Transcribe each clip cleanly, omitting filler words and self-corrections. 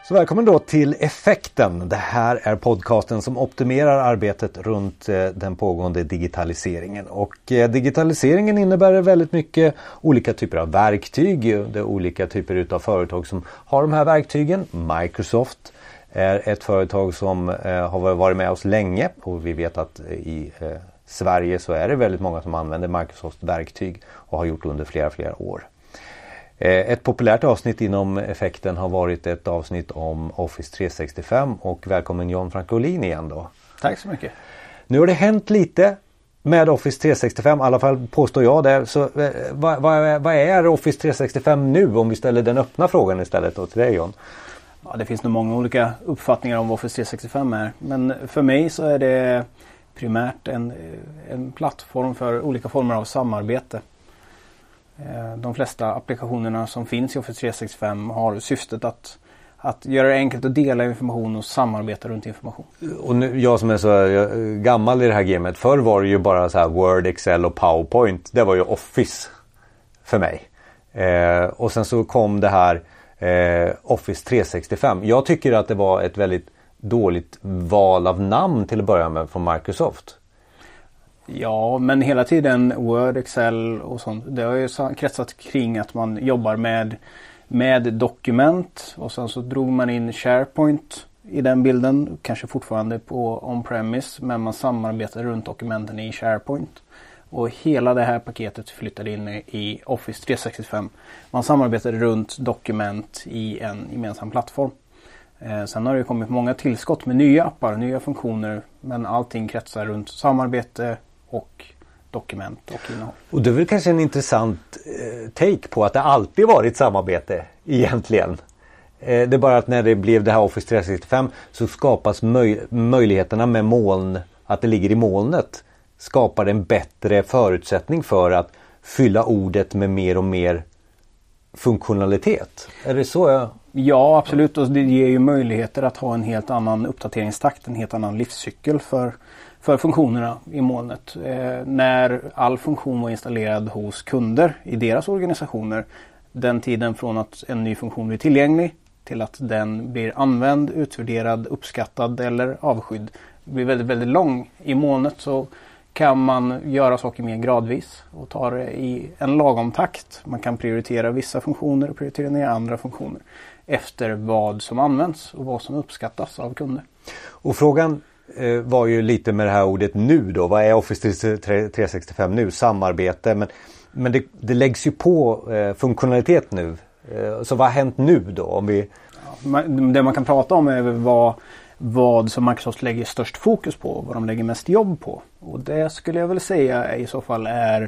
Så välkommen då till Effekten. Det här är podcasten som optimerar arbetet runt den pågående digitaliseringen. Och digitaliseringen innebär väldigt mycket olika typer av verktyg. Det är olika typer av företag som har de här verktygen. Microsoft är ett företag som har varit med oss länge. Och vi vet att i Sverige så är det väldigt många som använder Microsoft verktyg och har gjort under flera år. Ett populärt avsnitt inom Effekten har varit ett avsnitt om Office 365 och välkommen John Frankolin igen då. Tack så mycket. Nu har det hänt lite med Office 365, i alla fall påstår jag det. Så vad är Office 365 nu om vi ställer den öppna frågan istället då till dig John? Ja, det finns nog många olika uppfattningar om vad Office 365 är. Men för mig så är det primärt en plattform för olika former av samarbete. De flesta applikationerna som finns i Office 365 har syftet att göra det enkelt att dela information och samarbeta runt information. Och nu, jag som är så gammal i det här gamet, förr var det ju bara så här Word, Excel och PowerPoint. Det var ju Office för mig. Och sen så kom det här Office 365. Jag tycker att det var ett väldigt dåligt val av namn till att börja med från Microsoft. Ja, men hela tiden Word, Excel och sånt. Det har ju kretsat kring att man jobbar med dokument. Och sen så drog man in SharePoint i den bilden. Kanske fortfarande på on-premise. Men man samarbetar runt dokumenten i SharePoint. Och hela det här paketet flyttade in i Office 365. Man samarbetade runt dokument i en gemensam plattform. Sen har det kommit många tillskott med nya appar, nya funktioner. Men allting kretsar runt samarbete och dokument och innehåll. Och det är väl kanske en intressant take på att det alltid varit samarbete egentligen. Det är bara att när det blev det här Office 365 så skapas möjligheterna med moln, att det ligger i molnet, skapar en bättre förutsättning för att fylla ordet med mer och mer funktionalitet. Är det så? Ja, absolut. Och det ger ju möjligheter att ha en helt annan uppdateringstakt, en helt annan livscykel för funktionerna i molnet. När all funktion var installerad hos kunder i deras organisationer, den tiden från att en ny funktion blir tillgänglig till att den blir använd, utvärderad, uppskattad eller avskydd blir väldigt, väldigt lång. I molnet så kan man göra saker mer gradvis och ta det i en lagom takt. Man kan prioritera vissa funktioner och prioritera ner andra funktioner efter vad som används och vad som uppskattas av kunder. Och frågan var ju lite med det här ordet nu då. Vad är Office 365 nu? Samarbete. Men det läggs ju på funktionalitet nu. Så vad har hänt nu då? Om vi... Det man kan prata om är vad som Microsoft lägger störst fokus på. Vad de lägger mest jobb på. Och det skulle jag väl säga i så fall är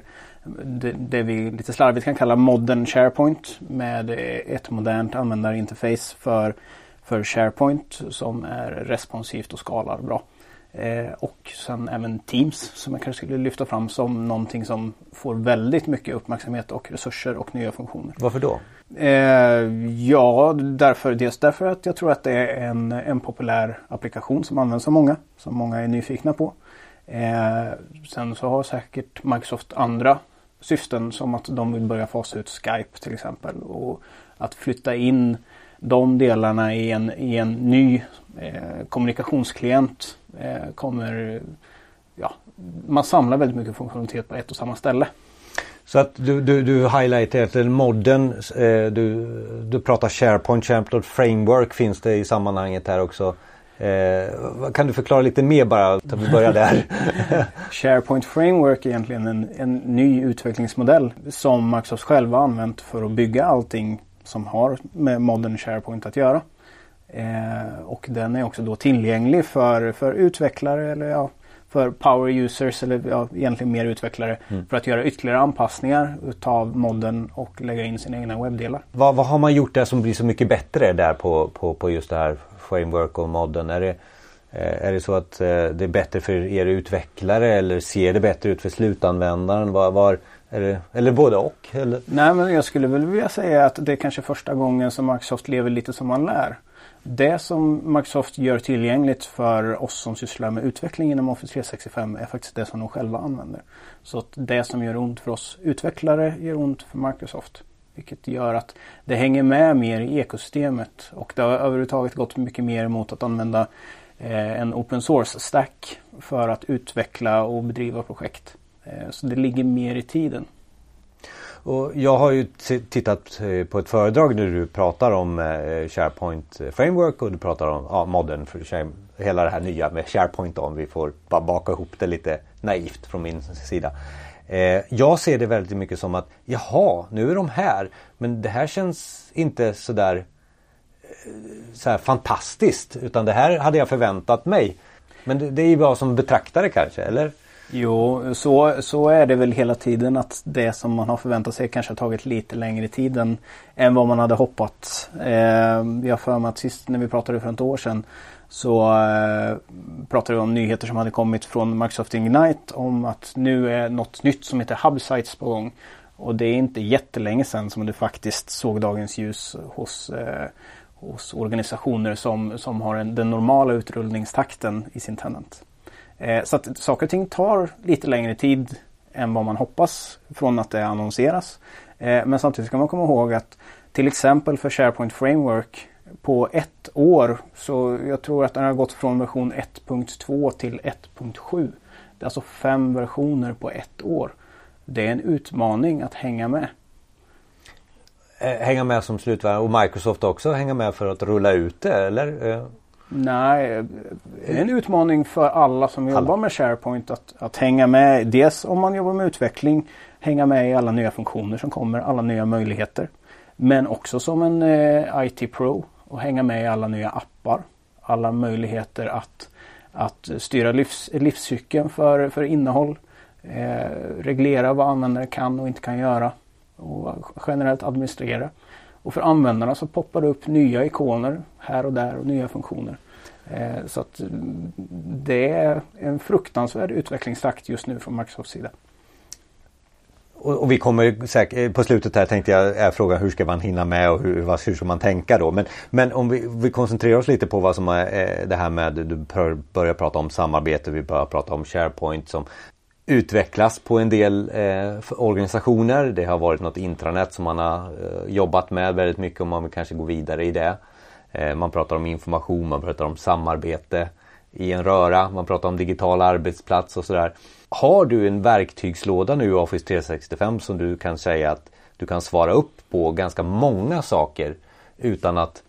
det vi lite slarvigt kan kalla modern SharePoint. Med ett modernt användarinterface för SharePoint som är responsivt och skalar bra. Och sen även Teams som jag kanske skulle lyfta fram som någonting som får väldigt mycket uppmärksamhet och resurser och nya funktioner. Varför då? Ja, dels därför att jag tror att det är en populär applikation som används av många, som många är nyfikna på. Sen så har säkert Microsoft andra syften som att de vill börja fasa ut Skype till exempel och att flytta in de delarna i en ny kommunikationsklient kommer, man samlar väldigt mycket funktionalitet på ett och samma ställe. Så att du highlightar till modern, du pratar SharePoint Framework finns det i sammanhanget här också. Kan du förklara lite mer bara att vi börjar där? SharePoint Framework är egentligen en ny utvecklingsmodell som Microsoft själva har använt för att bygga allting som har med modern SharePoint att göra. Och den är också då tillgänglig för utvecklare eller för power users eller egentligen mer utvecklare för att göra ytterligare anpassningar utav modden och lägga in sina egna webbdelar. Vad har man gjort där som blir så mycket bättre där på just det här framework och modden? Är det så att det är bättre för er utvecklare eller ser det bättre ut för slutanvändaren? Eller både och? Eller? Nej, men jag skulle väl vilja säga att det är kanske första gången som Microsoft lever lite som man lär. Det som Microsoft gör tillgängligt för oss som sysslar med utveckling inom Office 365 är faktiskt det som de själva använder. Så att det som gör ont för oss utvecklare gör ont för Microsoft. Vilket gör att det hänger med mer i ekosystemet. Och det har överhuvudtaget gått mycket mer mot att använda en open source stack för att utveckla och bedriva projekt. Så det ligger mer i tiden. Och jag har ju tittat på ett föredrag där du pratar om SharePoint Framework och du pratar om modern för hela det här nya med SharePoint om vi får bara baka ihop det lite naivt från min sida. Jag ser det väldigt mycket som att jaha, nu är de här, men det här känns inte så här fantastiskt, utan det här hade jag förväntat mig. Men det är ju bara som betraktare kanske, eller? Jo, så är det väl hela tiden, att det som man har förväntat sig kanske har tagit lite längre tid än vad man hade hoppats. Jag för mig att sist när vi pratade för ett år sedan så pratade vi om nyheter som hade kommit från Microsoft Ignite om att nu är något nytt som heter HubSites på gång. Och det är inte jättelänge sedan som det faktiskt såg dagens ljus hos organisationer som har den normala utrullningstakten i sin tenant. Så att saker och ting tar lite längre tid än vad man hoppas från att det annonseras. Men samtidigt ska man komma ihåg att till exempel för SharePoint Framework på ett år, så jag tror att den har gått från version 1.2 till 1.7. Det är alltså 5 versioner på ett år. Det är en utmaning att hänga med. Hänga med som slutvarv, och Microsoft också hänga med för att rulla ut det, eller? Nej, det är en utmaning för alla som jobbar med SharePoint att hänga med. Dels om man jobbar med utveckling, hänga med i alla nya funktioner som kommer, alla nya möjligheter. Men också som en IT-pro och hänga med i alla nya appar. Alla möjligheter att styra livscykeln för innehåll. Reglera vad användare kan och inte kan göra. Och generellt administrera. Och för användarna så poppar det upp nya ikoner här och där och nya funktioner. Så att det är en fruktansvärd utvecklingstakt just nu från Microsofts sida. Och vi kommer säkert, på slutet här tänkte jag fråga hur ska man hinna med och hur ska man tänka då. Men om vi koncentrerar oss lite på vad som är det här med, du börjar prata om samarbete, vi börjar prata om SharePoint som utvecklas på en del organisationer. Det har varit något intranet som man har jobbat med väldigt mycket och man vill kanske gå vidare i det. Man pratar om information, man pratar om samarbete i en röra, man pratar om digital arbetsplats och sådär. Har du en verktygslåda nu i Office 365 som du kan säga att du kan svara upp på ganska många saker utan att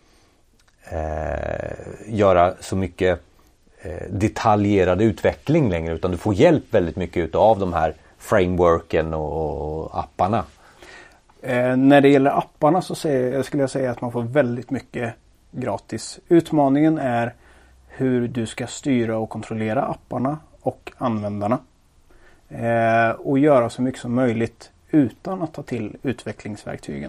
göra så mycket detaljerad utveckling längre, utan du får hjälp väldigt mycket av de här frameworken och apparna? När det gäller apparna så skulle jag säga att man får väldigt mycket gratis. Utmaningen är hur du ska styra och kontrollera apparna och användarna. Och göra så mycket som möjligt utan att ta till utvecklingsverktygen.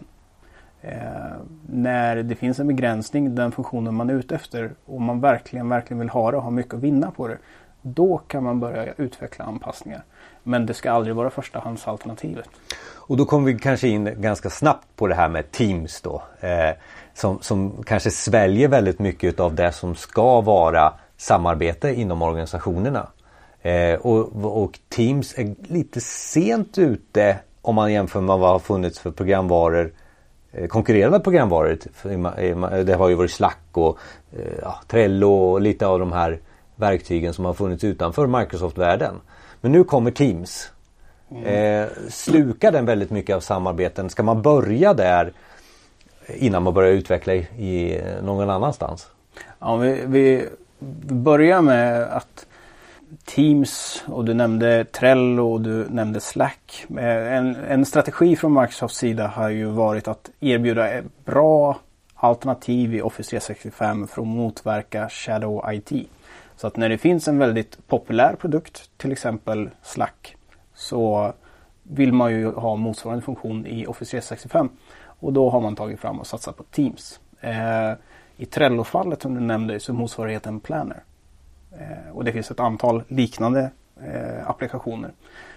När det finns en begränsning, den funktionen man är ute efter och man verkligen vill ha det och ha mycket att vinna på det, då kan man börja utveckla anpassningar. Men det ska aldrig vara förstahandsalternativet. Och då kommer vi kanske in ganska snabbt på det här med Teams då. Som kanske sväljer väldigt mycket av det som ska vara samarbete inom organisationerna. Och Teams är lite sent ute om man jämför med vad har funnits för programvaror, konkurrerande programvaror. Det har ju varit Slack och Trello och lite av de här verktygen som har funnits utanför Microsoft-världen. Men nu kommer Teams. Slukar den väldigt mycket av samarbeten? Ska man börja där innan man börjar utveckla i någon annanstans? Ja, vi börjar med att Teams, och du nämnde Trello och du nämnde Slack. En strategi från Microsofts sida har ju varit att erbjuda bra alternativ i Office 365 för att motverka Shadow IT. Så att när det finns en väldigt populär produkt, till exempel Slack, så vill man ju ha motsvarande funktion i Office 365. Och då har man tagit fram och satsat på Teams. I Trello-fallet som du nämnde så motsvarigheten Planner. Och det finns ett antal liknande applikationer.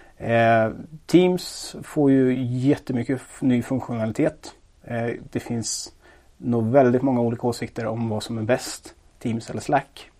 Teams får ju jättemycket ny funktionalitet. Det finns nog väldigt många olika åsikter om vad som är bäst, Teams eller Slack.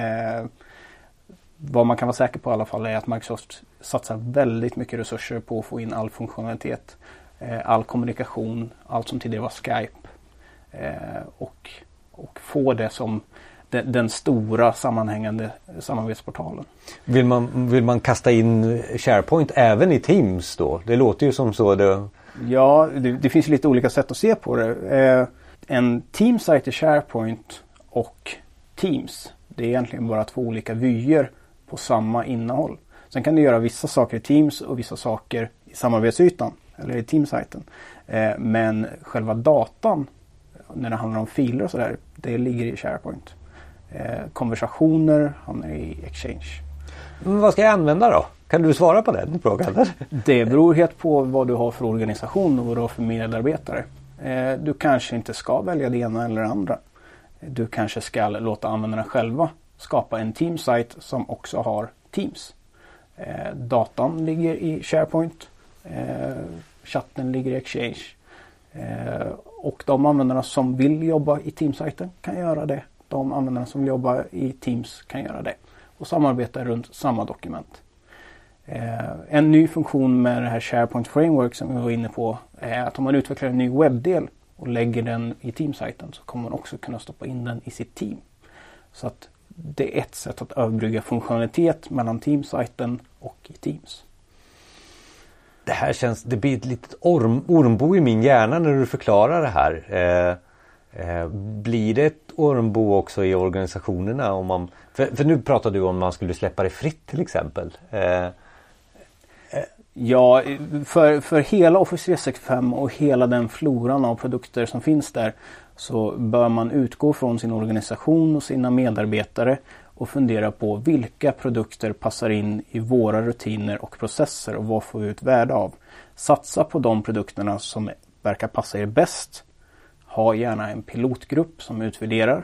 Vad man kan vara säker på i alla fall är att Microsoft satsar väldigt mycket resurser på att få in all funktionalitet. all kommunikation, allt som tidigare var Skype och få det som den stora sammanhängande samarbetsportalen. Vill man kasta in SharePoint även i Teams då? Det låter ju som så. Ja, det finns lite olika sätt att se på det. En Teams-sajt i SharePoint och Teams, det är egentligen bara två olika vyer på samma innehåll. Sen kan du göra vissa saker i Teams och vissa saker i samarbetsytan eller i Teams-sajten. Men själva datan, när det handlar om filer och sådär, det ligger i SharePoint. Konversationer hamnar i Exchange. Men vad ska jag använda då? Kan du svara på den frågan? Det beror helt på vad du har för organisation och vad du har för medarbetare. Du kanske inte ska välja det ena eller det andra. Du kanske ska låta användarna själva skapa en Teams-sajt som också har Teams. Datan ligger i SharePoint. Chatten ligger i Exchange. Och de användarna som vill jobba i Teams-sajten kan göra det. De användarna som vill jobba i Teams kan göra det. Och samarbeta runt samma dokument. En ny funktion med det här SharePoint Framework som vi var inne på är att om man utvecklar en ny webbdel och lägger den i Teams-sajten så kommer man också kunna stoppa in den i sitt team. Så att det är ett sätt att överbrygga funktionalitet mellan Teams-sajten och i Teams. Det blir ett litet ormbo i min hjärna när du förklarar det här. Blir det ett ormbo också i organisationerna? Om för nu pratar du om man skulle släppa det fritt till exempel. Ja, för hela Office 365 och hela den floran av produkter som finns där så bör man utgå från sin organisation och sina medarbetare och fundera på vilka produkter passar in i våra rutiner och processer och vad får vi ut värde av. Satsa på de produkterna som verkar passa er bäst. Ha gärna en pilotgrupp som utvärderar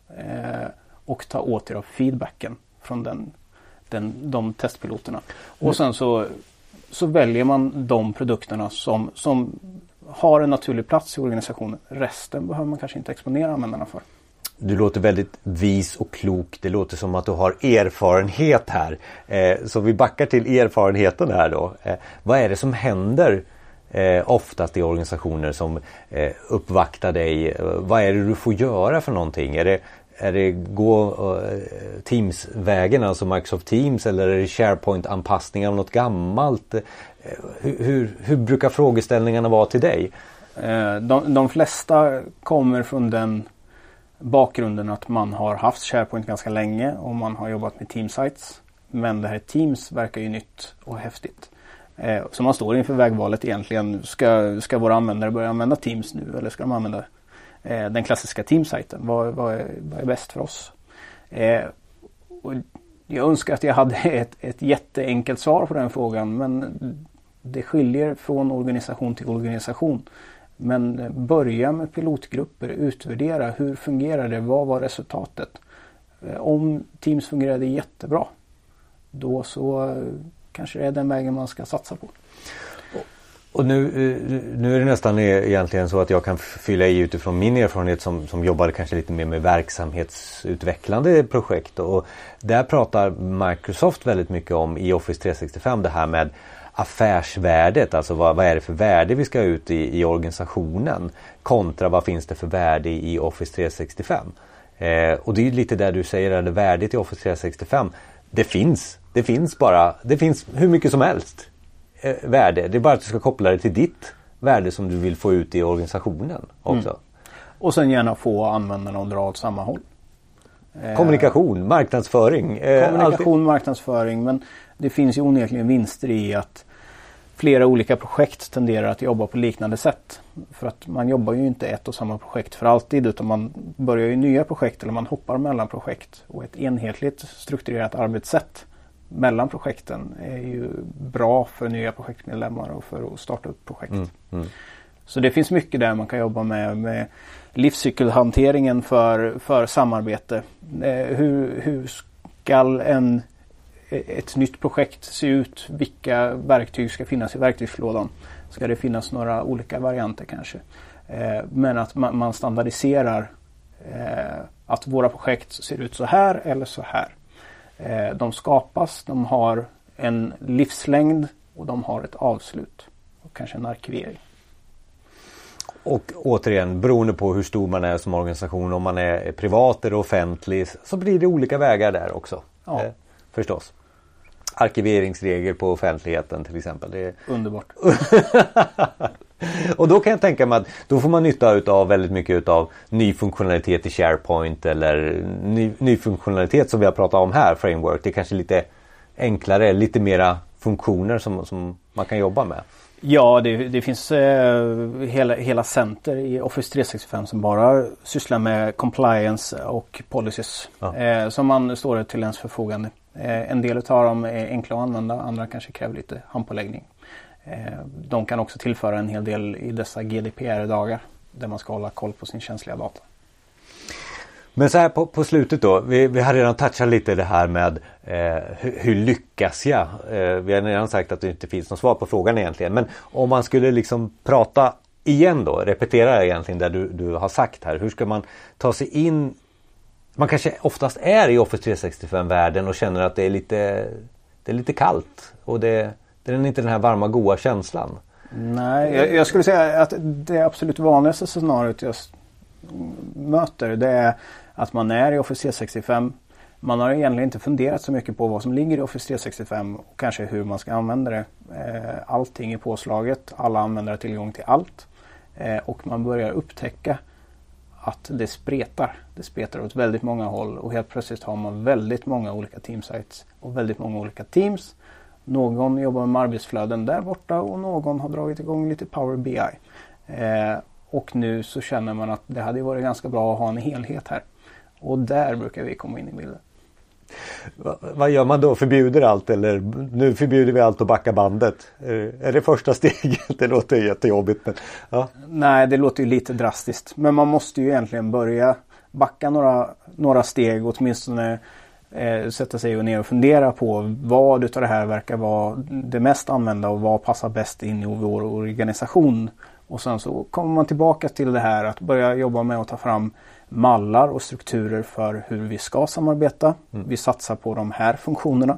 och ta åt er av feedbacken från de testpiloterna. Och sen så väljer man de produkterna som har en naturlig plats i organisationen. Resten behöver man kanske inte exponera användarna för. Du låter väldigt vis och klok. Det låter som att du har erfarenhet här. Så vi backar till erfarenheten här då. Vad är det som händer oftast i organisationer som uppvaktar dig? Vad är det du får göra för någonting? Är det gå Teams-vägen, alltså Microsoft Teams, eller är det SharePoint-anpassning av något gammalt? Hur brukar frågeställningarna vara till dig? De flesta kommer från den bakgrunden att man har haft SharePoint ganska länge och man har jobbat med Teams-sites. Men det här Teams verkar ju nytt och häftigt. Så man står inför vägvalet egentligen. Ska våra användare börja använda Teams nu eller ska de använda den klassiska Teams-sajten? Vad är bäst för oss? Och jag önskar att jag hade ett jätteenkelt svar på den frågan, men det skiljer från organisation till organisation. Men börja med pilotgrupper, utvärdera hur fungerar det, vad var resultatet? Om Teams fungerade jättebra, då så kanske det är den vägen man ska satsa på. Och nu är det nästan egentligen så att jag kan fylla i utifrån min erfarenhet som jobbade kanske lite mer med verksamhetsutvecklande projekt. Och där pratar Microsoft väldigt mycket om i Office 365 det här med affärsvärdet. Alltså vad är det för värde vi ska ut i organisationen kontra vad finns det för värde i Office 365. Och det är lite där du säger att det värdet i Office 365. Det finns hur mycket som helst värde. Det är bara att du ska koppla det till ditt värde som du vill få ut i organisationen också. Mm. Och sen gärna få användarna att dra åt samma håll. Kommunikation, marknadsföring. Marknadsföring. Men det finns ju onekligen vinster i att flera olika projekt tenderar att jobba på liknande sätt. För att man jobbar ju inte ett och samma projekt för alltid, utan man börjar ju nya projekt eller man hoppar mellan projekt. Och ett enhetligt strukturerat arbetssätt mellan projekten är ju bra för nya projektmedlemmar och för att starta upp projekt. Så det finns mycket där man kan jobba med livscykelhanteringen för samarbete. Hur ska ett nytt projekt se ut? Vilka verktyg ska finnas i verktygslådan? Ska det finnas några olika varianter kanske? Men att man standardiserar att våra projekt ser ut så här eller så här. De skapas, de har en livslängd och de har ett avslut och kanske en arkivering. Och återigen, beroende på hur stor man är som organisation, om man är privat eller offentlig, så blir det olika vägar där också. Ja. Förstås. Arkiveringsregler på offentligheten till exempel. Det är... Underbart. Och då kan jag tänka mig att då får man nytta av väldigt mycket av ny funktionalitet i SharePoint eller ny funktionalitet som vi har pratat om här, Framework. Det är kanske lite enklare, lite mera funktioner som man kan jobba med. Ja, det finns hela center i Office 365 som bara sysslar med compliance och policies som man står till ens förfogande. En del av dem är enkla att använda, andra kanske kräver lite handpåläggning. De kan också tillföra en hel del i dessa GDPR-dagar där man ska hålla koll på sin känsliga data. Men så här på slutet då, vi har redan touchat lite det här med hur lyckas jag? Vi har redan sagt att det inte finns något svar på frågan egentligen. Men om man skulle liksom prata igen då, repetera egentligen det du har sagt här. Hur ska man ta sig in? Man kanske oftast är i Office 365-världen och känner att det är lite kallt. Och det är inte den här varma, goda känslan. Nej, jag skulle säga att det absolut vanligaste scenariot jag möter, det är att man är i Office 365. Man har egentligen inte funderat så mycket på vad som ligger i Office 365 och kanske hur man ska använda det. Allting är påslaget, alla användare har tillgång till allt. Och man börjar upptäcka att det spretar. Det spretar åt väldigt många håll och helt plötsligt har man väldigt många olika teamsites och väldigt många olika teams. Någon jobbar med arbetsflöden där borta och någon har dragit igång lite Power BI. Och nu så känner man att det hade varit ganska bra att ha en helhet här. Och där brukar vi komma in i bilden. Vad gör man då? Förbjuder allt eller nu förbjuder vi allt och backar bandet? Är det första steget? Det låter jättejobbigt. Men, ja. Nej, det låter ju lite drastiskt. Men man måste ju egentligen börja backa några steg och åtminstone sätta sig ner och fundera på vad utav det här verkar vara det mest använda och vad passar bäst in i vår organisation. Och sen så kommer man tillbaka till det här att börja jobba med att ta fram mallar och strukturer för hur vi ska samarbeta. Vi satsar på de här funktionerna.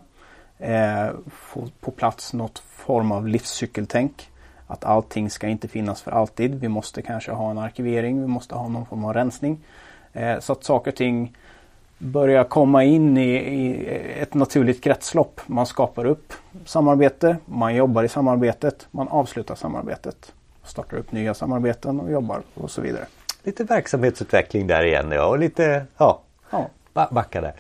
Få på plats något form av livscykeltänk. Att allting ska inte finnas för alltid. Vi måste kanske ha en arkivering. Vi måste ha någon form av rensning. Så att saker och ting börjar komma in i ett naturligt kretslopp. Man skapar upp samarbete. Man jobbar i samarbetet. Man avslutar samarbetet. Startar upp nya samarbeten och jobbar och så vidare. Lite verksamhetsutveckling där igen, ja. Och lite, backa där.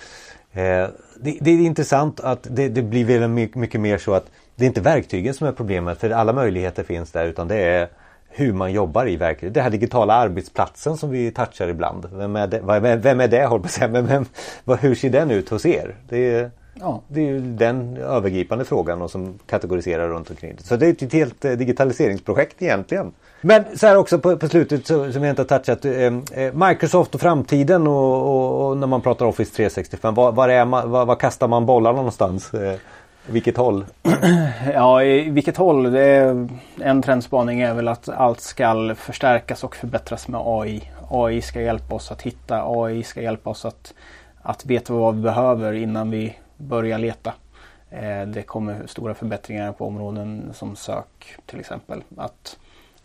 Det är intressant att det blir väldigt mycket mer så att det är inte verktygen som är problemet. För alla möjligheter finns där, utan det är hur man jobbar i verkligheten. Det här digitala arbetsplatsen som vi touchar ibland. Vem är det? Håller på att säga. Men hur ser den ut hos er? Det är ju den övergripande frågan och som kategoriserar runt omkring. Så det är ett helt digitaliseringsprojekt egentligen. Men så här också på slutet som vi inte har touchat. Microsoft och framtiden och när man pratar Office 365. Var kastar man bollarna någonstans? Vilket håll? Ja, i vilket håll? En trendspaning är väl att allt ska förstärkas och förbättras med AI. AI ska hjälpa oss att hitta. AI ska hjälpa oss att veta vad vi behöver innan vi börjar leta. Det kommer stora förbättringar på områden som sök till exempel. Att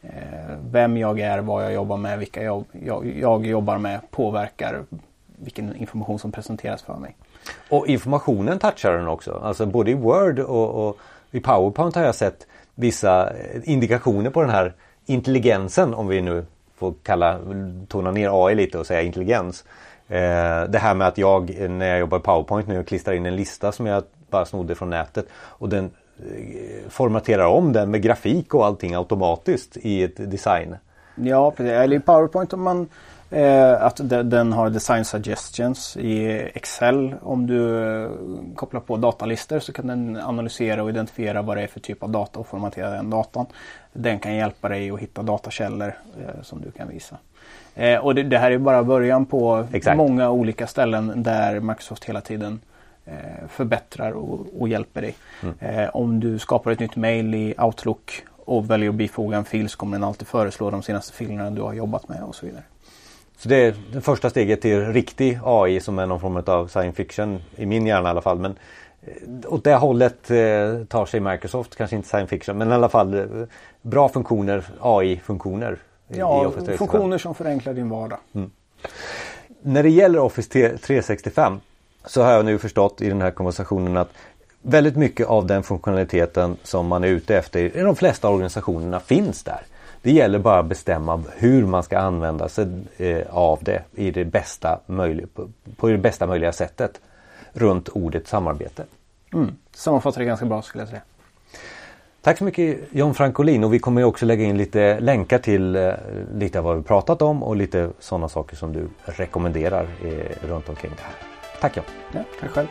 vem jag är, vad jag jobbar med, vilka jag jobbar med påverkar vilken information som presenteras för mig. Och informationen touchar den också. Alltså både i Word och i PowerPoint har jag sett vissa indikationer på den här intelligensen, om vi nu får tona ner AI lite och säga intelligens. Det här med att jag, när jag jobbar i PowerPoint nu, klistrar in en lista som jag bara snodde från nätet och den formaterar om den med grafik och allting automatiskt i ett design. Ja, precis. Eller i PowerPoint om man att den har design suggestions. I Excel, om du kopplar på datalistor så kan den analysera och identifiera vad det är för typ av data och formatera den datan. Den kan hjälpa dig att hitta datakällor som du kan visa. Och det här är bara början på många olika ställen där Microsoft hela tiden förbättrar och hjälper dig. Om du skapar ett nytt mail i Outlook och väljer att bifoga en fil så kommer den alltid föreslå de senaste filerna du har jobbat med och så vidare. Så det är det första steget till riktig AI som är någon form av science fiction i min hjärna i alla fall. Men åt det hållet tar sig Microsoft, kanske inte science fiction men i alla fall bra funktioner, AI-funktioner i Office 365. Funktioner som förenklar din vardag. När det gäller Office 365 så har jag nu förstått i den här konversationen att väldigt mycket av den funktionaliteten som man är ute efter i de flesta organisationerna finns där. Det gäller bara att bestämma hur man ska använda sig av det i det bästa på det bästa möjliga sättet runt ordet samarbete. Sammanfattar det ganska bra, skulle jag säga. Tack så mycket John Frankolin, och vi kommer också lägga in lite länkar till lite av vad vi pratat om och lite sådana saker som du rekommenderar runt omkring det här. Tack John. Ja, tack själv.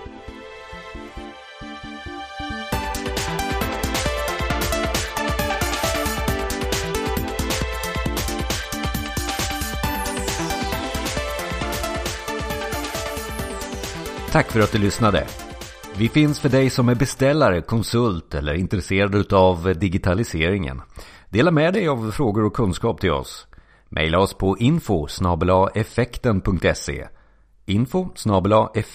Tack för att du lyssnade. Vi finns för dig som är beställare, konsult eller intresserad av digitaliseringen. Dela med dig av frågor och kunskap till oss. Maila oss på info@effekten.se.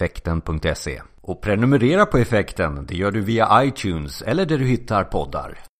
info@effekten.se. Och prenumerera på Effekten, det gör du via iTunes eller där du hittar poddar.